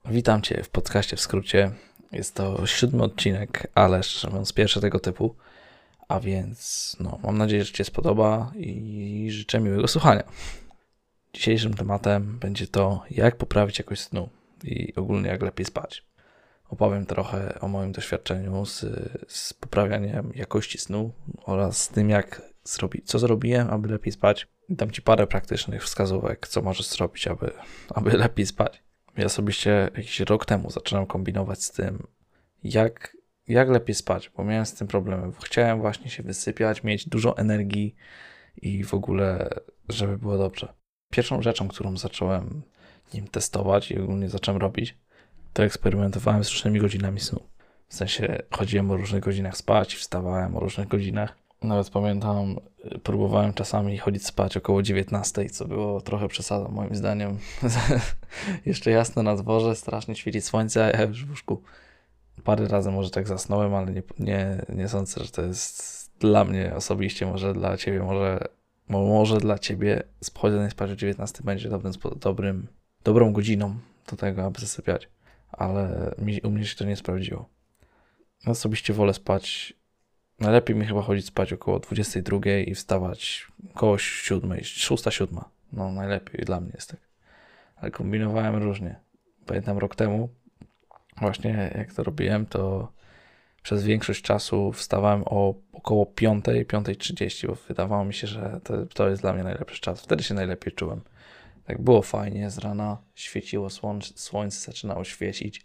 Witam Cię w podcaście w skrócie. Jest to 7. odcinek, ale szczerze mówiąc pierwszy tego typu. A więc mam nadzieję, że Ci się spodoba i życzę miłego słuchania. Dzisiejszym tematem będzie to, jak poprawić jakość snu i ogólnie jak lepiej spać. Opowiem trochę o moim doświadczeniu z poprawianiem jakości snu oraz z tym, co zrobiłem, aby lepiej spać. Dam Ci parę praktycznych wskazówek, co możesz zrobić, aby lepiej spać. Ja osobiście jakiś rok temu zacząłem kombinować z tym, jak lepiej spać, bo miałem z tym problemy. Chciałem właśnie się wysypiać, mieć dużo energii i w ogóle, żeby było dobrze. Pierwszą rzeczą, którą zacząłem testować i ogólnie zacząłem robić, to eksperymentowałem z różnymi godzinami snu. W sensie chodziłem o różnych godzinach spać, wstawałem o różnych godzinach. Nawet pamiętam, próbowałem czasami chodzić spać około 19, co było trochę przesadą moim zdaniem. Jeszcze jasno na dworze, strasznie świeci słońce, a ja już w łóżku. Parę razy może tak zasnąłem, ale nie sądzę, że to jest dla mnie osobiście, może dla Ciebie, może dla Ciebie chodzenie spać o 19 będzie dobrą godziną do tego, aby zasypiać. Ale u mnie się to nie sprawdziło. Osobiście wolę spać. Najlepiej mi chyba chodzić spać około 22 i wstawać około 7, 6, 7. No najlepiej dla mnie jest tak. Ale kombinowałem różnie. Pamiętam rok temu, właśnie jak to robiłem, to przez większość czasu wstawałem o około 5, 5:30, bo wydawało mi się, że to jest dla mnie najlepszy czas. Wtedy się najlepiej czułem. Tak było fajnie, z rana świeciło słońce zaczynało świecić.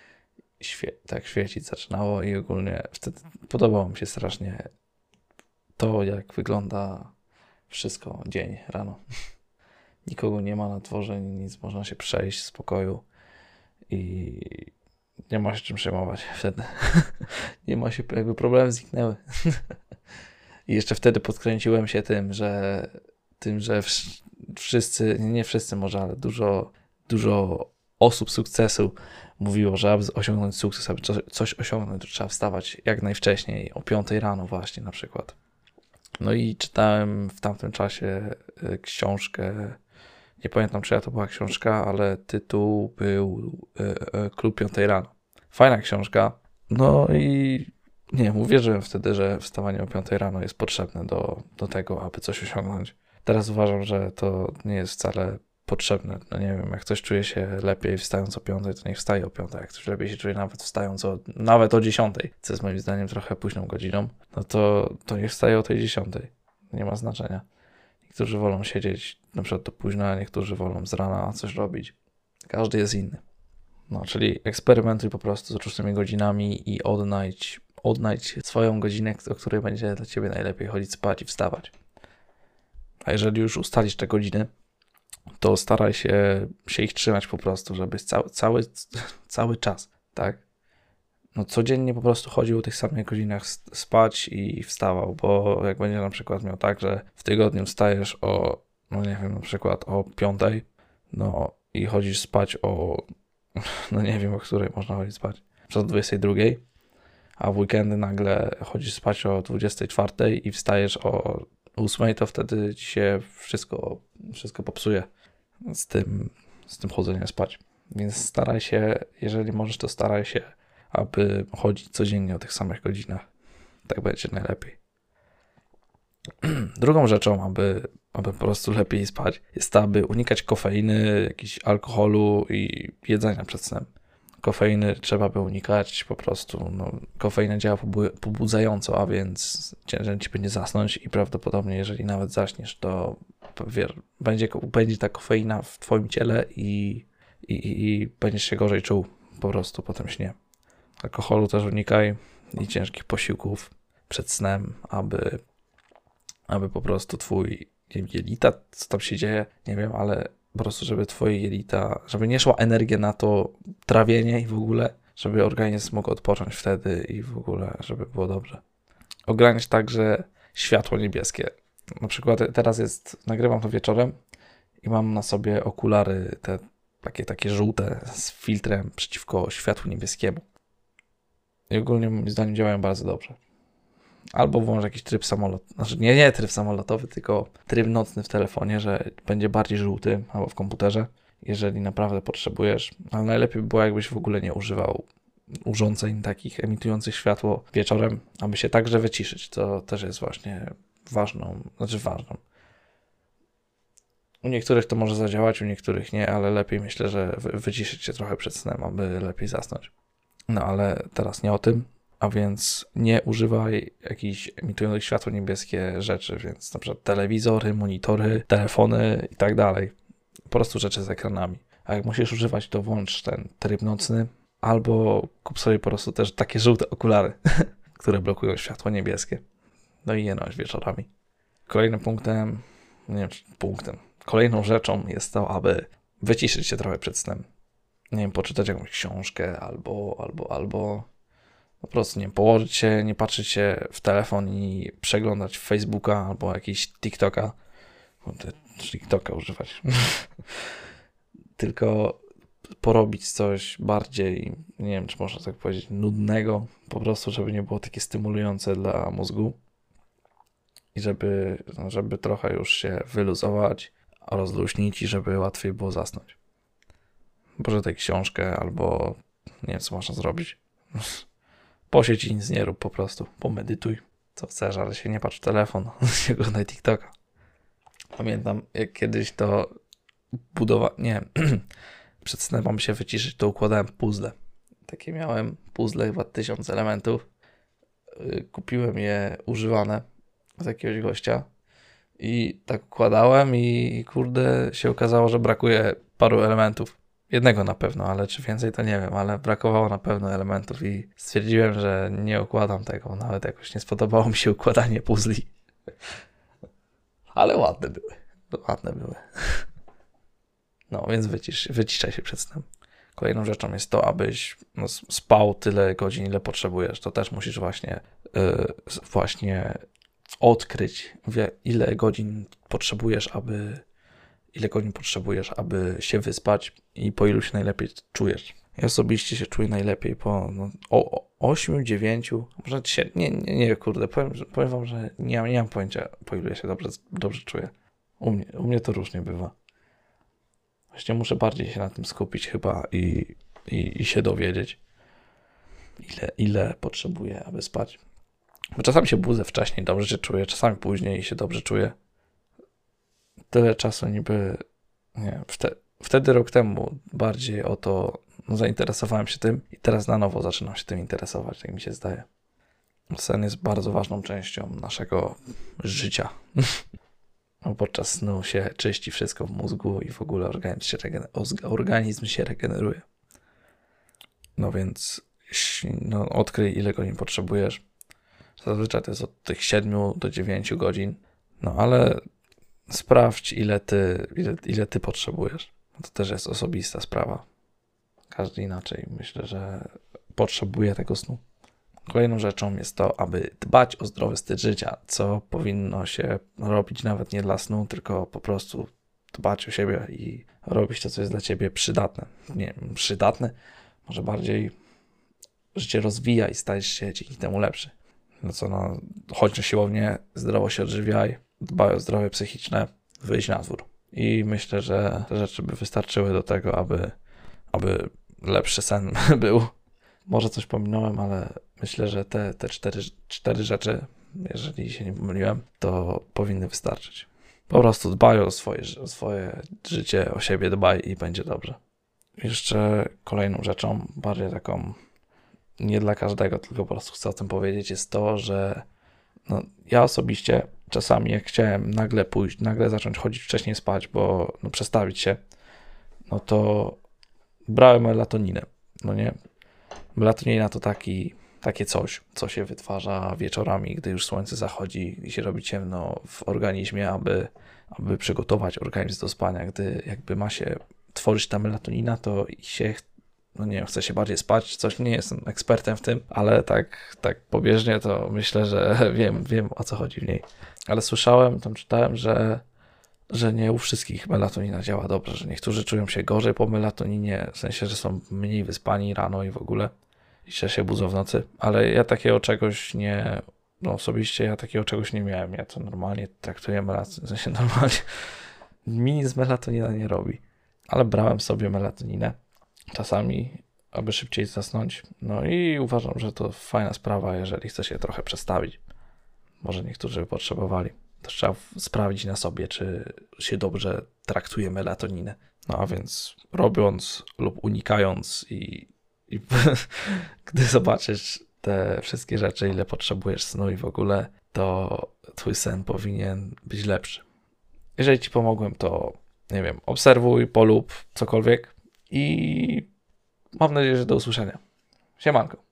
Tak świecić zaczynało i ogólnie wtedy podobało mi się strasznie to, jak wygląda wszystko dzień rano. Nikogo nie ma na dworze, nic, można się przejść w spokoju i nie ma się czym przejmować wtedy. Nie ma się, jakby problemy zniknęły. I jeszcze wtedy podkręciłem się tym, że wszyscy, nie wszyscy może, ale dużo osób sukcesu mówiło, że aby osiągnąć sukces, aby coś osiągnąć, to trzeba wstawać jak najwcześniej, o 5 rano właśnie na przykład. No i czytałem w tamtym czasie książkę, nie pamiętam czyja to była książka, ale tytuł był Klub 5 rano. Fajna książka, no i uwierzyłem wtedy, że wstawanie o 5 rano jest potrzebne do tego, aby coś osiągnąć. Teraz uważam, że to nie jest wcale potrzebne. No nie wiem, jak ktoś czuje się lepiej wstając o 5, to niech wstaje o 5. Jak ktoś lepiej się czuje nawet o 10, co jest moim zdaniem trochę późną godziną, no to niech wstaje o tej 10. Nie ma znaczenia. Niektórzy wolą siedzieć na przykład do późna, a niektórzy wolą z rana coś robić. Każdy jest inny. No, czyli eksperymentuj po prostu z różnymi godzinami i odnajdź swoją godzinę, o której będzie dla Ciebie najlepiej chodzić spać i wstawać. A jeżeli już ustalisz te godziny, to staraj się ich trzymać po prostu, żebyś cały czas, tak? No codziennie po prostu chodził o tych samych godzinach spać i wstawał, bo jak będzie na przykład miał tak, że w tygodniu wstajesz na przykład o 5, no i chodzisz spać nie wiem o której można chodzić spać, przed 22, a w weekendy nagle chodzisz spać o 24 i wstajesz o 8, to wtedy ci się wszystko popsuje z tym chodzeniem spać. Więc staraj się, jeżeli możesz, to staraj się, aby chodzić codziennie o tych samych godzinach. Tak będzie najlepiej. Drugą rzeczą, aby po prostu lepiej spać, jest aby unikać kofeiny, jakichś alkoholu i jedzenia przed snem. Kofeiny trzeba by unikać po prostu. Kofeina działa pobudzająco, a więc ciężej ci będzie zasnąć i prawdopodobnie, jeżeli nawet zaśniesz, to będzie ta kofeina w twoim ciele i będziesz się gorzej czuł po prostu po tym śnie. Alkoholu też unikaj i ciężkich posiłków przed snem, aby po prostu twój jelita, co tam się dzieje, nie wiem, ale po prostu, żeby twoje jelita, żeby nie szła energia na to trawienie i w ogóle, żeby organizm mógł odpocząć wtedy i w ogóle, żeby było dobrze. Ogranicz także światło niebieskie. Na przykład teraz nagrywam to wieczorem i mam na sobie okulary te takie żółte z filtrem przeciwko światłu niebieskiemu. I ogólnie moim zdaniem działają bardzo dobrze. Albo włącz jakiś tryb samolotowy, znaczy nie tryb samolotowy, tylko tryb nocny w telefonie, że będzie bardziej żółty, albo w komputerze jeżeli naprawdę potrzebujesz, ale najlepiej by było, jakbyś w ogóle nie używał urządzeń takich emitujących światło wieczorem, aby się także wyciszyć. To też jest właśnie ważną. U niektórych to może zadziałać, u niektórych nie, ale lepiej myślę, że wyciszyć się trochę przed snem, aby lepiej zasnąć. No ale teraz nie o tym, a więc nie używaj jakichś emitujących światło niebieskie rzeczy, więc na przykład telewizory, monitory, telefony i tak dalej. Po prostu rzeczy z ekranami. A jak musisz używać, to włącz ten tryb nocny, albo kup sobie po prostu też takie żółte okulary, które blokują światło niebieskie. No i je noś wieczorami. Kolejnym punktem, nie wiem, kolejną rzeczą jest to, aby wyciszyć się trochę przed snem. Nie wiem, poczytać jakąś książkę albo po prostu, nie wiem, położyć się, nie patrzeć się w telefon i przeglądać Facebooka albo jakiś TikToka. TikToka używać. Tylko porobić coś bardziej, nie wiem, czy można tak powiedzieć, nudnego, po prostu, żeby nie było takie stymulujące dla mózgu i żeby trochę już się wyluzować, rozluźnić i żeby łatwiej było zasnąć. Poczytaj książkę albo nie wiem, co można zrobić. Posiedź i nic nie rób, po prostu. Pomedytuj, co chcesz, ale się nie patrz w telefon, nie oglądaj TikToka. Pamiętam, jak kiedyś to przed snem mam się wyciszyć, to układałem puzzle. Takie miałem puzzle, chyba 1000 elementów. Kupiłem je używane od jakiegoś gościa i tak układałem i kurde się okazało, że brakuje paru elementów. Jednego na pewno, ale czy więcej to nie wiem, ale brakowało na pewno elementów i stwierdziłem, że nie układam tego. Nawet jakoś nie spodobało mi się układanie puzli. Ale ładne były. No więc wyciszaj się przed snem. Kolejną rzeczą jest to, abyś spał tyle godzin, ile potrzebujesz. To też musisz właśnie odkryć, ile godzin potrzebujesz, aby się wyspać i po ilu się najlepiej czujesz. Ja osobiście się czuję najlepiej po 8, 9, może 10. Nie, kurde, powiem wam, że nie mam pojęcia, po ilu ja się dobrze czuję. U mnie to różnie bywa. Właśnie muszę bardziej się na tym skupić chyba i się dowiedzieć, ile potrzebuję, aby spać. Bo czasami się budzę wcześniej, dobrze się czuję, czasami później się dobrze czuję. Tyle czasu niby, nie, wtedy rok temu bardziej o to zainteresowałem się tym i teraz na nowo zaczynam się tym interesować, tak mi się zdaje. Sen jest bardzo ważną częścią naszego życia. Podczas snu się czyści wszystko w mózgu i w ogóle organizm się regeneruje. No więc odkryj, ile godzin potrzebujesz. Zazwyczaj to jest od tych 7 do 9 godzin. No ale sprawdź, ile ty potrzebujesz. To też jest osobista sprawa. Każdy inaczej. Myślę, że potrzebuje tego snu. Kolejną rzeczą jest to, aby dbać o zdrowy styl życia, co powinno się robić nawet nie dla snu, tylko po prostu dbać o siebie i robić to, co jest dla ciebie przydatne. Nie przydatne, może bardziej życie rozwija i stajesz się dzięki temu lepszy. Chodź na siłownię, zdrowo się odżywiaj, dbaj o zdrowie psychiczne, wyjść na dwór. I myślę, że te rzeczy by wystarczyły do tego, aby lepszy sen był. Może coś pominąłem, ale myślę, że te cztery rzeczy, jeżeli się nie pomyliłem, to powinny wystarczyć. Po prostu dbaj o swoje życie, o siebie dbaj i będzie dobrze. Jeszcze kolejną rzeczą, bardziej taką nie dla każdego, tylko po prostu chcę o tym powiedzieć, jest to, że ja osobiście czasami jak chciałem nagle zacząć chodzić wcześniej spać, bo przestawić się, to brałem melatoninę, nie? Melatonina to takie coś, co się wytwarza wieczorami, gdy już słońce zachodzi i się robi ciemno w organizmie, aby przygotować organizm do spania. Gdy jakby ma się tworzyć ta melatonina, to się, chce się bardziej spać. Nie jestem ekspertem w tym, ale tak pobieżnie to myślę, że wiem o co chodzi w niej. Ale czytałem, że nie u wszystkich melatonina działa dobrze, że niektórzy czują się gorzej po melatoninie, w sensie, że są mniej wyspani rano i w ogóle, i się budzą w nocy, ale ja takiego czegoś nie, osobiście ja takiego czegoś nie miałem, ja to normalnie traktuję melatoninę, w sensie normalnie mi nic melatonina nie robi. ale brałem sobie melatoninę czasami, aby szybciej zasnąć. No i uważam, że to fajna sprawa, jeżeli chce się trochę przestawić. Może niektórzy by potrzebowali. To trzeba sprawdzić na sobie, czy się dobrze traktuje melatoninę. No a więc robiąc lub unikając i gdy zobaczysz te wszystkie rzeczy, ile potrzebujesz snu i w ogóle, to twój sen powinien być lepszy. Jeżeli ci pomogłem, to nie wiem, obserwuj, polub, cokolwiek i mam nadzieję, że do usłyszenia. Siemanko.